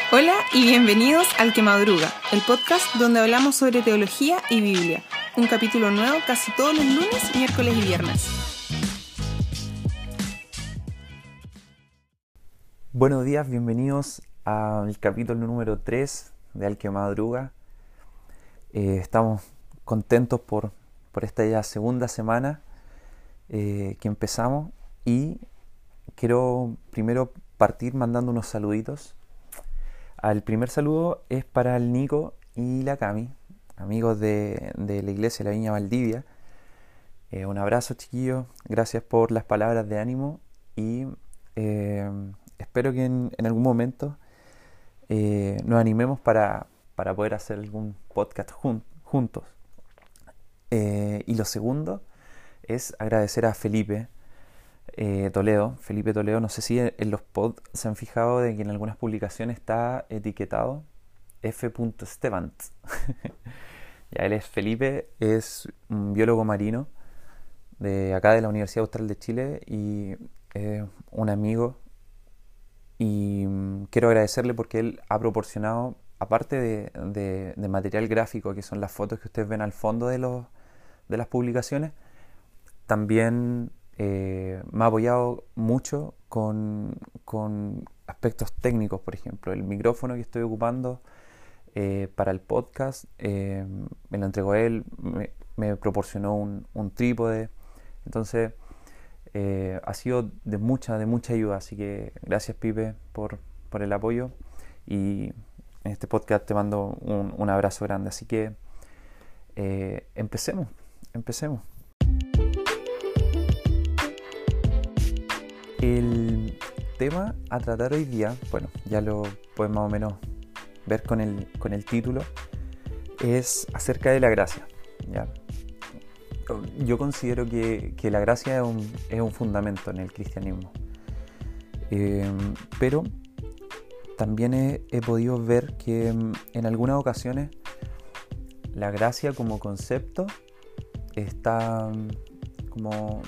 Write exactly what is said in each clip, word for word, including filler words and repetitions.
Hola y bienvenidos al Que Madruga, el podcast donde hablamos sobre teología y Biblia. Un capítulo nuevo casi todos los lunes, miércoles y viernes. Buenos días, bienvenidos al capítulo número tres de Al Que Madruga. Eh, estamos contentos por, por esta ya segunda semana eh, que empezamos y quiero primero partir mandando unos saluditos. El primer saludo es para el Nico y la Cami, amigos de, de la iglesia de la Viña Valdivia. Eh, un abrazo, chiquillos, gracias por las palabras de ánimo y eh, espero que en, en algún momento eh, nos animemos para, para poder hacer algún podcast jun, juntos. Eh, y lo segundo es agradecer a Felipe Eh, Toledo, Felipe Toledo, no sé si en, en los pods se han fijado de que en algunas publicaciones está etiquetado F. Stevant. Ya él es Felipe, es un biólogo marino de acá de la Universidad Austral de Chile y es un amigo y um, quiero agradecerle porque él ha proporcionado, aparte de, de, de material gráfico, que son las fotos que ustedes ven al fondo de, los, de las publicaciones, también Eh, me ha apoyado mucho con, con aspectos técnicos, por ejemplo. El micrófono que estoy ocupando eh, para el podcast eh, me lo entregó él, me, me proporcionó un, un trípode. Entonces eh, ha sido de mucha, de mucha ayuda. Así que gracias, Pipe, por, por el apoyo. Y en este podcast te mando un, un abrazo grande. Así que eh, empecemos, empecemos. El tema a tratar hoy día, bueno, ya lo pueden más o menos ver con el, con el título, es acerca de la gracia, ¿ya? Yo considero que, que la gracia es un, es un fundamento en el cristianismo, eh, pero también he, he podido ver que en algunas ocasiones la gracia como concepto está como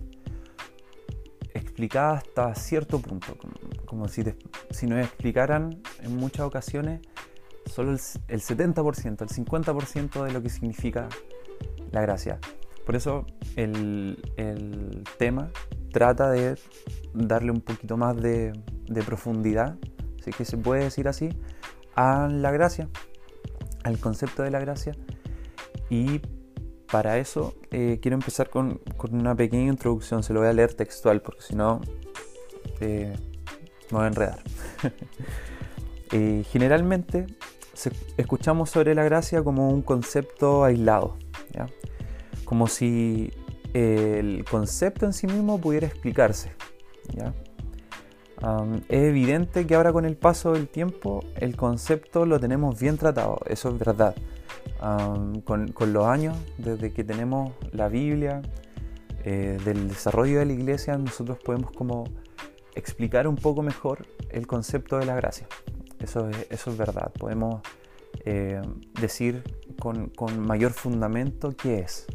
explicada hasta cierto punto, como, como si, te, si nos explicaran en muchas ocasiones solo el, el setenta por ciento, el cincuenta por ciento de lo que significa la gracia. Por eso el, el tema trata de darle un poquito más de, de profundidad, si es que se puede decir así, a la gracia, al concepto de la gracia. Y para eso eh, quiero empezar con, con una pequeña introducción. Se lo voy a leer textual porque si no eh, me voy a enredar. eh, generalmente se, escuchamos sobre la gracia como un concepto aislado, ¿ya? Como si eh, el concepto en sí mismo pudiera explicarse, ¿ya? Um, es evidente que ahora con el paso del tiempo el concepto lo tenemos bien tratado, eso es verdad. Um, con, con los años, desde que tenemos la Biblia, eh, del desarrollo de la iglesia, nosotros podemos como explicar un poco mejor el concepto de la gracia. Eso es, eso es verdad. Podemos eh, decir con, con mayor fundamento qué es.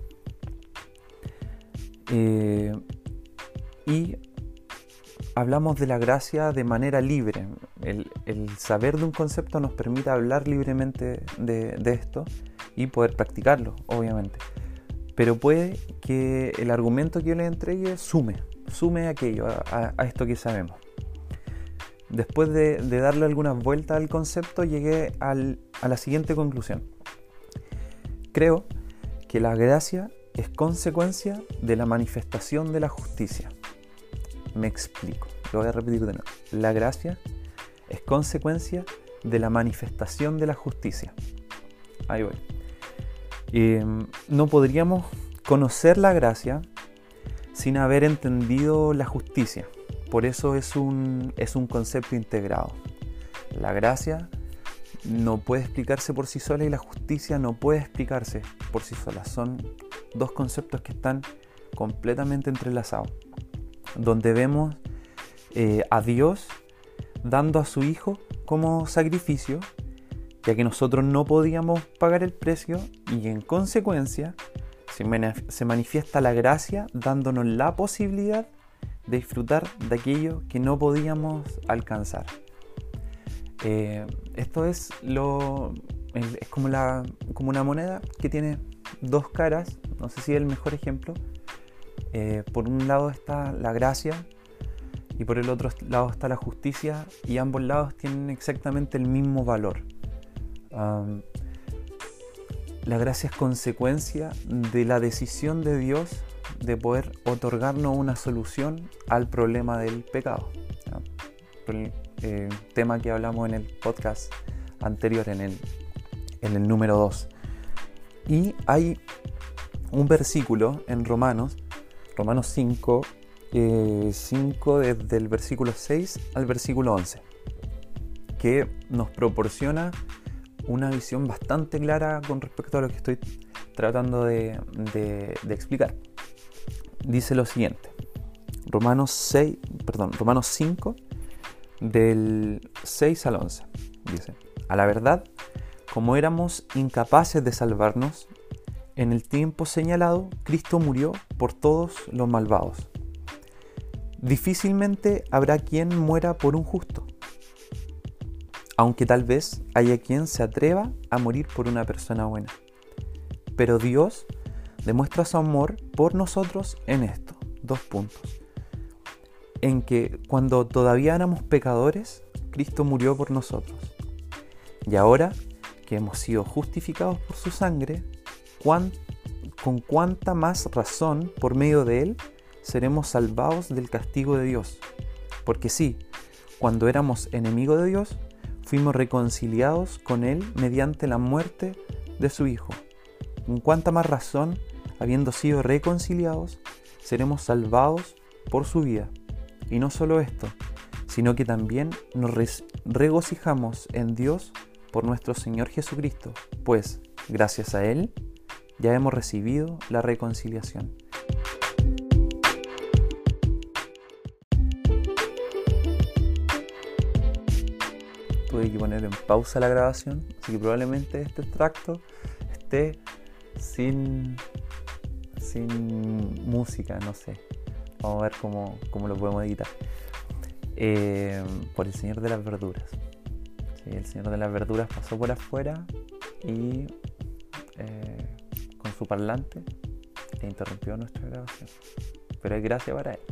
Eh, y hablamos de la gracia de manera libre. El, el saber de un concepto nos permite hablar libremente de, de esto y poder practicarlo, obviamente. Pero puede que el argumento que yo les entregue sume, sume aquello, a, a esto que sabemos. Después de, de darle algunas vueltas al concepto, llegué al, a la siguiente conclusión. Creo que la gracia es consecuencia de la manifestación de la justicia. Me explico, lo voy a repetir de nuevo. La gracia es consecuencia de la manifestación de la justicia. Ahí voy. Eh, no podríamos conocer la gracia sin haber entendido la justicia. Por eso es un, es un concepto integrado. La gracia no puede explicarse por sí sola y la justicia no puede explicarse por sí sola. Son dos conceptos que están completamente entrelazados, donde vemos eh, a Dios dando a su Hijo como sacrificio, ya que nosotros no podíamos pagar el precio, y en consecuencia se, manif- se manifiesta la gracia dándonos la posibilidad de disfrutar de aquello que no podíamos alcanzar. Eh, esto es, lo, es como, la, como una moneda que tiene dos caras. No sé si es el mejor ejemplo. Eh, por un lado está la gracia y por el otro lado está la justicia, y ambos lados tienen exactamente el mismo valor. Um, la gracia es consecuencia de la decisión de Dios de poder otorgarnos una solución al problema del pecado. El eh, tema que hablamos en el podcast anterior, en el, en el número dos. Y hay un versículo en Romanos, Romanos cinco, eh, cinco desde el versículo seis al versículo once, que nos proporciona una visión bastante clara con respecto a lo que estoy tratando de, de, de explicar. Dice lo siguiente, Romanos seis, perdón, Romanos cinco, del seis al once, dice: a la verdad, como éramos incapaces de salvarnos, en el tiempo señalado, Cristo murió por todos los malvados. Difícilmente habrá quien muera por un justo, aunque tal vez haya quien se atreva a morir por una persona buena. Pero Dios demuestra su amor por nosotros en esto, dos puntos: en que cuando todavía éramos pecadores, Cristo murió por nosotros. Y ahora que hemos sido justificados por su sangre, ¿cuán, con cuánta más razón por medio de él seremos salvados del castigo de Dios? Porque sí, cuando éramos enemigos de Dios, fuimos reconciliados con él mediante la muerte de su Hijo. Con cuánta más razón, habiendo sido reconciliados, seremos salvados por su vida. Y no solo esto, sino que también nos regocijamos en Dios por nuestro Señor Jesucristo, pues, gracias a Él, ya hemos recibido la reconciliación. Tuve que poner en pausa la grabación, así que probablemente este extracto esté sin, sin música, no sé. Vamos a ver cómo, cómo lo podemos editar. Eh, por el Señor de las Verduras. Sí, el Señor de las Verduras pasó por afuera y eh, con su parlante e interrumpió nuestra grabación. Pero es gracia para él.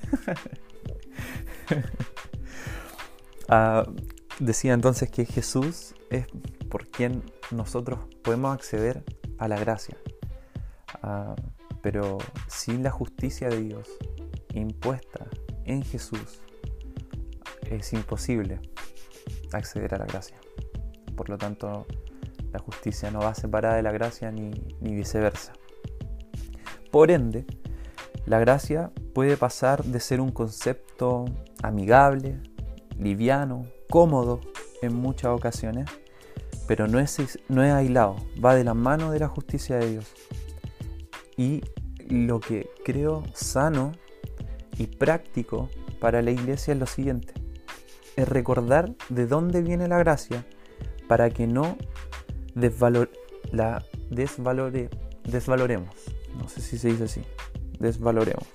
uh, decía entonces que Jesús es por quien nosotros podemos acceder a la gracia. Uh, pero sin la justicia de Dios impuesta en Jesús, es imposible acceder a la gracia. Por lo tanto, la justicia no va separada de la gracia ni, ni viceversa. Por ende, la gracia puede pasar de ser un concepto amigable, liviano, cómodo en muchas ocasiones, pero no es, no es aislado, va de la mano de la justicia de Dios. Y lo que creo sano y práctico para la iglesia es lo siguiente: es recordar de dónde viene la gracia para que no desvalor, la desvalore, desvaloremos. No sé si se dice así. Desvaloremos.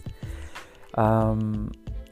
Um,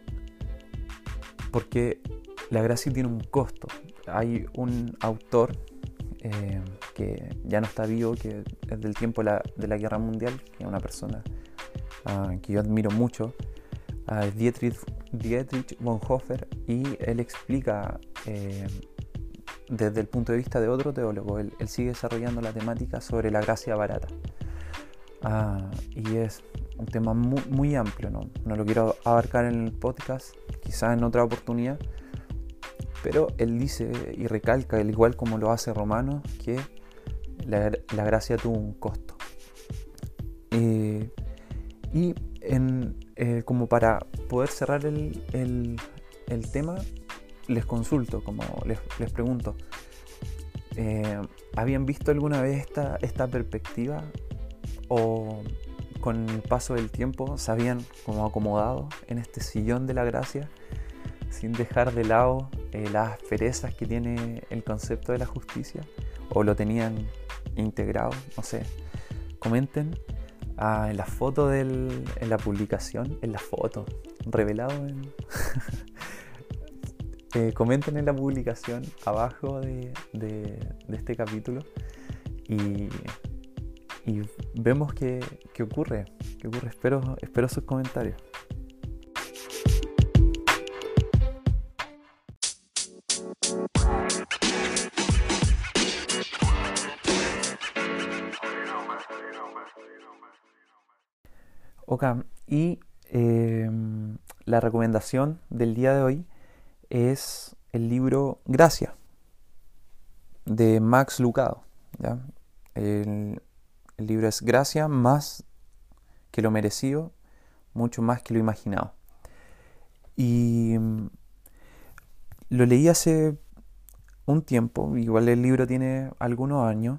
porque la gracia tiene un costo. Hay un autor eh, que ya no está vivo, que es del tiempo de la, de la Guerra Mundial, que es una persona uh, que yo admiro mucho, uh, es Dietrich, Dietrich Bonhoeffer, y él explica eh, desde el punto de vista de otro teólogo. Él, él sigue desarrollando la temática sobre la gracia barata. Uh, y es un tema muy, muy amplio, ¿no? No lo quiero abarcar en el podcast, quizás en otra oportunidad, pero él dice y recalca, al igual como lo hace Romanos, que la, la gracia tuvo un costo. Eh, y en, eh, como para poder cerrar el, el, el tema, les consulto, como les, les pregunto, eh, ¿habían visto alguna vez esta, esta perspectiva? ¿O con el paso del tiempo se habían como acomodado en este sillón de la gracia sin dejar de lado eh, las asperezas que tiene el concepto de la justicia? ¿O lo tenían integrado? No sé, comenten ah, en la foto del, en la publicación, en la foto, revelado en eh, comenten en la publicación abajo de, de, de este capítulo y, y vemos qué, qué ocurre, qué ocurre. Espero, espero sus comentarios. Ok, y eh, la recomendación del día de hoy es el libro Gracia, de Max Lucado, ¿ya? El, el libro es Gracia, más que lo merecido, mucho más que lo imaginado. Y mm, lo leí hace un tiempo, igual el libro tiene algunos años,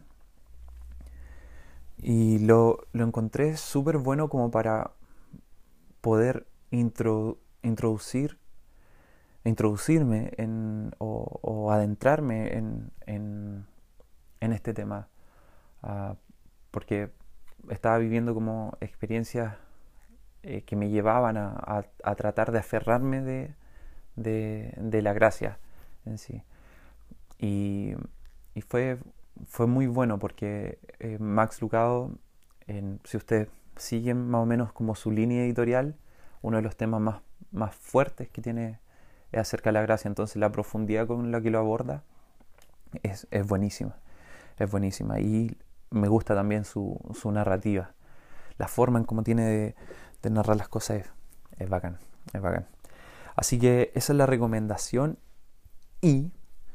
y lo, lo encontré súper bueno como para poder intro, introducir, introducirme en, o, o adentrarme en, en, en este tema. Uh, porque estaba viviendo como experiencias eh, que me llevaban a, a, a tratar de aferrarme de, de, de la gracia en sí. Y, y fue, fue muy bueno porque eh, Max Lucado, en, si ustedes siguen más o menos como su línea editorial, uno de los temas más, más fuertes que tiene es acerca de la gracia. Entonces la profundidad con la que lo aborda es, es buenísima, es buenísima. Y me gusta también su, su narrativa, la forma en cómo tiene de, de narrar las cosas es, es bacán, es bacán. Así que esa es la recomendación. Y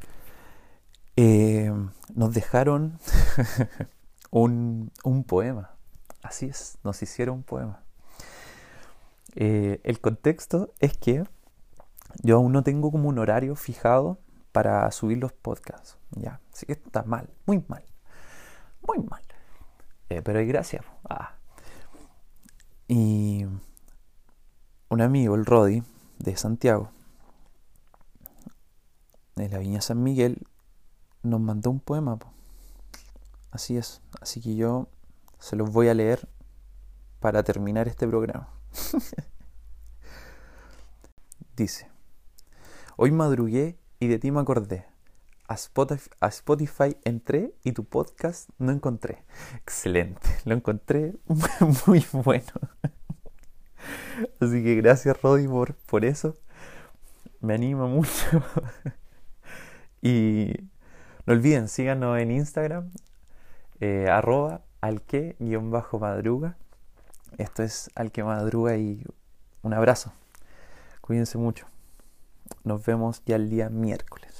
eh, nos dejaron un, un poema. Así es, nos hicieron un poema. Eh, el contexto es que yo aún no tengo como un horario fijado para subir los podcasts, ya, así que está mal, muy mal, muy mal. Eh, pero hay gracia. Ah. Y un amigo, el Rodi, de Santiago, de la Viña San Miguel, nos mandó un poema. Po. Así es, así que yo se los voy a leer para terminar este programa. Dice: hoy madrugué y de ti me acordé. A Spotify, a Spotify entré y tu podcast no encontré. Excelente, lo encontré muy bueno. Así que gracias, Rodi, por, por eso. Me anima mucho. Y no olviden, síganos en Instagram, eh, arroba alque guión bajo madruga. Esto es Alque Madruga y un abrazo. Cuídense mucho. Nos vemos ya el día miércoles.